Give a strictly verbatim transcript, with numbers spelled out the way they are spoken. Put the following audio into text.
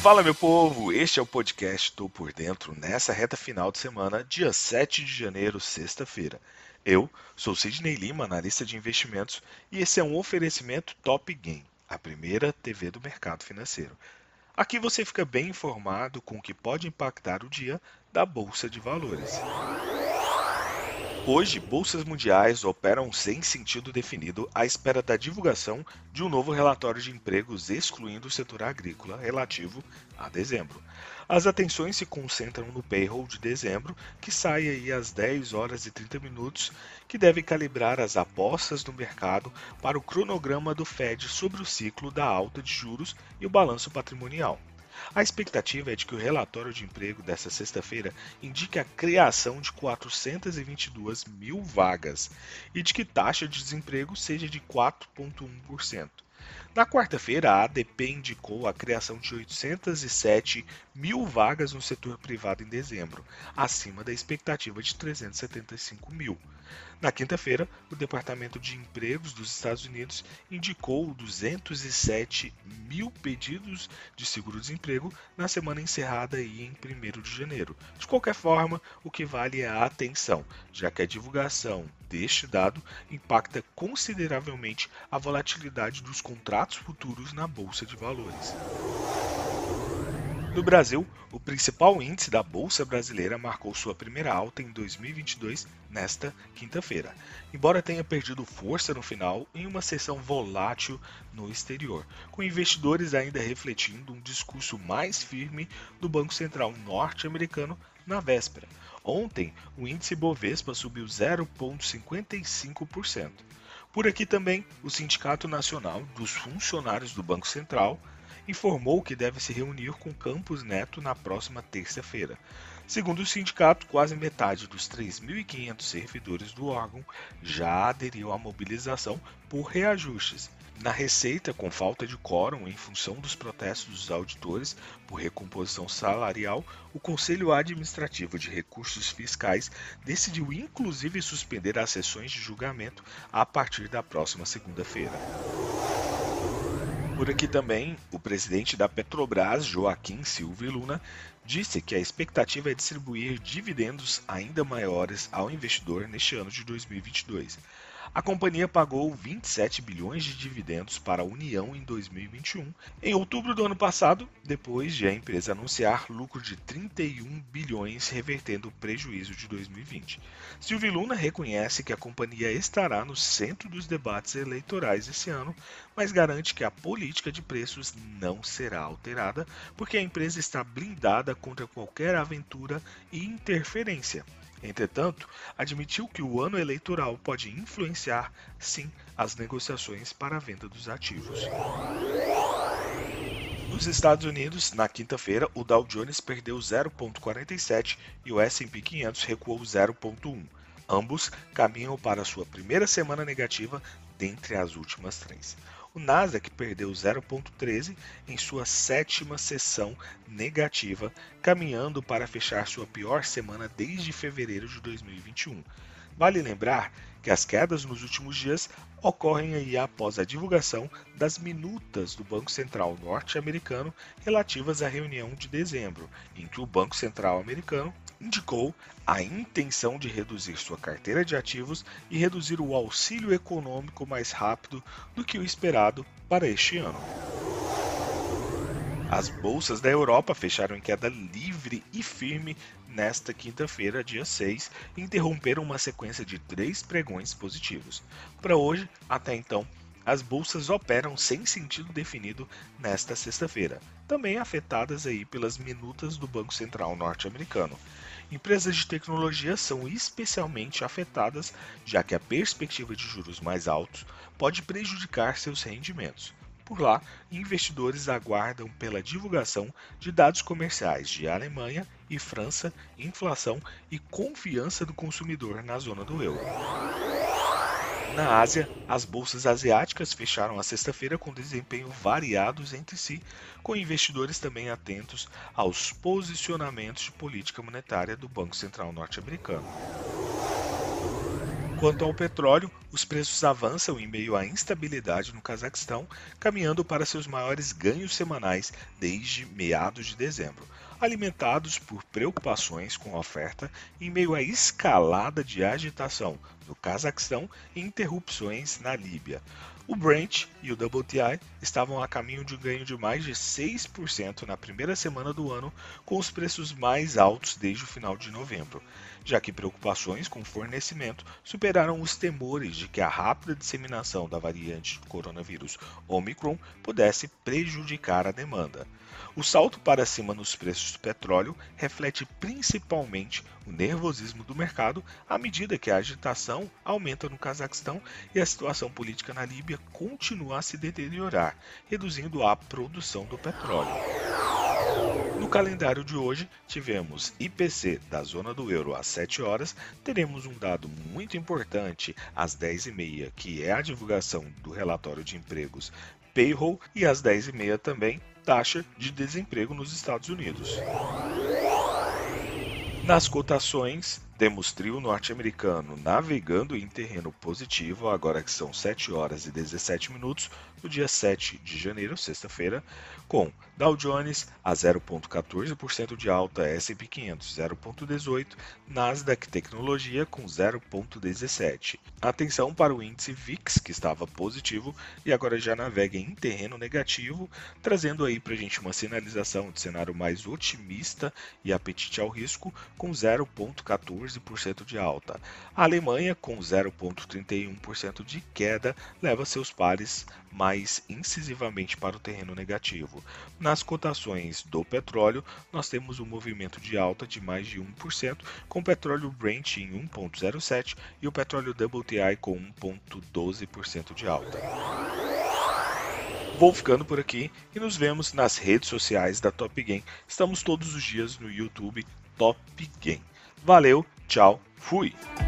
Fala, meu povo! Este é o podcast Tô Por Dentro nessa reta final de semana, dia sete de janeiro, sexta-feira. Eu sou Sidney Lima, analista de investimentos, e esse é um oferecimento Top Game, a primeira T V do mercado financeiro. Aqui você fica bem informado com o que pode impactar o dia da Bolsa de Valores. Hoje, bolsas mundiais operam sem sentido definido à espera da divulgação de um novo relatório de empregos excluindo o setor agrícola relativo a dezembro. As atenções se concentram no payroll de dezembro, que sai aí às dez horas e trinta minutos, que deve calibrar as apostas do mercado para o cronograma do Fed sobre o ciclo da alta de juros e o balanço patrimonial. A expectativa é de que o relatório de emprego desta sexta-feira indique a criação de quatrocentas e vinte e duas mil vagas e de que taxa de desemprego seja de quatro vírgula um por cento. Na quarta-feira, a ADP indicou a criação de oitocentas e sete mil vagas no setor privado em dezembro, acima da expectativa de trezentas e setenta e cinco mil. Na quinta-feira, o Departamento de Empregos dos Estados Unidos indicou duzentos e sete mil pedidos de seguro-desemprego na semana encerrada aí em primeiro de janeiro. De qualquer forma, o que vale é a atenção, já que a divulgação deste dado impacta consideravelmente a volatilidade dos contratos futuros na Bolsa de Valores. No Brasil, o principal índice da Bolsa Brasileira marcou sua primeira alta em dois mil e vinte e dois nesta quinta-feira, embora tenha perdido força no final em uma sessão volátil no exterior, com investidores ainda refletindo um discurso mais firme do Banco Central norte-americano na véspera. Ontem, o índice Bovespa subiu zero vírgula cinquenta e cinco por cento. Por aqui também, o Sindicato Nacional dos Funcionários do Banco Central informou que deve se reunir com Campos Neto na próxima terça-feira. Segundo o sindicato, quase metade dos três mil e quinhentos servidores do órgão já aderiu à mobilização por reajustes. Na Receita, com falta de quórum em função dos protestos dos auditores por recomposição salarial, o Conselho Administrativo de Recursos Fiscais decidiu inclusive suspender as sessões de julgamento a partir da próxima segunda-feira. Por aqui também, o presidente da Petrobras, Joaquim Silvio Luna, disse que a expectativa é distribuir dividendos ainda maiores ao investidor neste ano de dois mil e vinte e dois. A companhia pagou vinte e sete bilhões de dividendos para a União em dois mil e vinte e um, em outubro do ano passado, depois de a empresa anunciar lucro de trinta e um bilhões, revertendo o prejuízo de dois mil e vinte. Silvio Luna reconhece que a companhia estará no centro dos debates eleitorais esse ano, mas garante que a política de preços não será alterada, porque a empresa está blindada contra qualquer aventura e interferência. Entretanto, admitiu que o ano eleitoral pode influenciar, sim, as negociações para a venda dos ativos. Nos Estados Unidos, na quinta-feira, o Dow Jones perdeu zero vírgula quarenta e sete e o S e P quinhentos recuou zero vírgula um. Ambos caminham para sua primeira semana negativa dentre as últimas três. O Nasdaq perdeu zero vírgula treze em sua sétima sessão negativa, caminhando para fechar sua pior semana desde fevereiro de dois mil e vinte e um. Vale lembrar que as quedas nos últimos dias ocorrem aí após a divulgação das minutas do Banco Central norte-americano relativas à reunião de dezembro, em que o Banco Central americano indicou a intenção de reduzir sua carteira de ativos e reduzir o auxílio econômico mais rápido do que o esperado para este ano. As bolsas da Europa fecharam em queda livre e firme nesta quinta-feira, dia seis, e interromperam uma sequência de três pregões positivos. Para hoje, até então, as bolsas operam sem sentido definido nesta sexta-feira, também afetadas aí pelas minutas do Banco Central norte-americano. Empresas de tecnologia são especialmente afetadas, já que a perspectiva de juros mais altos pode prejudicar seus rendimentos. Por lá, investidores aguardam pela divulgação de dados comerciais de Alemanha e França, inflação e confiança do consumidor na zona do euro. Na Ásia, as bolsas asiáticas fecharam a sexta-feira com desempenho variados entre si, com investidores também atentos aos posicionamentos de política monetária do Banco Central norte-americano. Quanto ao petróleo, os preços avançam em meio à instabilidade no Cazaquistão, caminhando para seus maiores ganhos semanais desde meados de dezembro, alimentados por preocupações com a oferta em meio à escalada de agitação no Cazaquistão e interrupções na Líbia. O Brent e o W T I estavam a caminho de um ganho de mais de seis por cento na primeira semana do ano, com os preços mais altos desde o final de novembro, já que preocupações com o fornecimento superaram os temores de que a rápida disseminação da variante do coronavírus Omicron pudesse prejudicar a demanda. O salto para cima nos preços do petróleo reflete principalmente o nervosismo do mercado à medida que a agitação aumenta no Cazaquistão e a situação política na Líbia continua a se deteriorar, reduzindo a produção do petróleo. No calendário de hoje, tivemos I P C da zona do euro às sete horas, teremos um dado muito importante às dez e meia, que é a divulgação do relatório de empregos Payroll, e às dez e meia também, taxa de desemprego nos Estados Unidos. Nas cotações, temos trio norte-americano navegando em terreno positivo, agora que são sete horas e dezessete minutos, no dia sete de janeiro, sexta-feira, com Dow Jones a zero vírgula quatorze por cento de alta, S e P quinhentos zero vírgula dezoito, Nasdaq Tecnologia com zero vírgula dezessete. Atenção para o índice V I X, que estava positivo e agora já navega em terreno negativo, trazendo aí para a gente uma sinalização de cenário mais otimista e apetite ao risco, com zero vírgula quatorze por cento de alta. A Alemanha, com zero vírgula trinta e um por cento de queda, leva seus pares mais incisivamente para o terreno negativo. Nas cotações do petróleo, nós temos um movimento de alta de mais de um por cento, com o petróleo Brent em um vírgula zero sete e o petróleo W T I com um vírgula doze por cento de alta. Vou ficando por aqui e nos vemos nas redes sociais da Top Game. Estamos todos os dias no YouTube Top Game. Valeu, tchau, fui!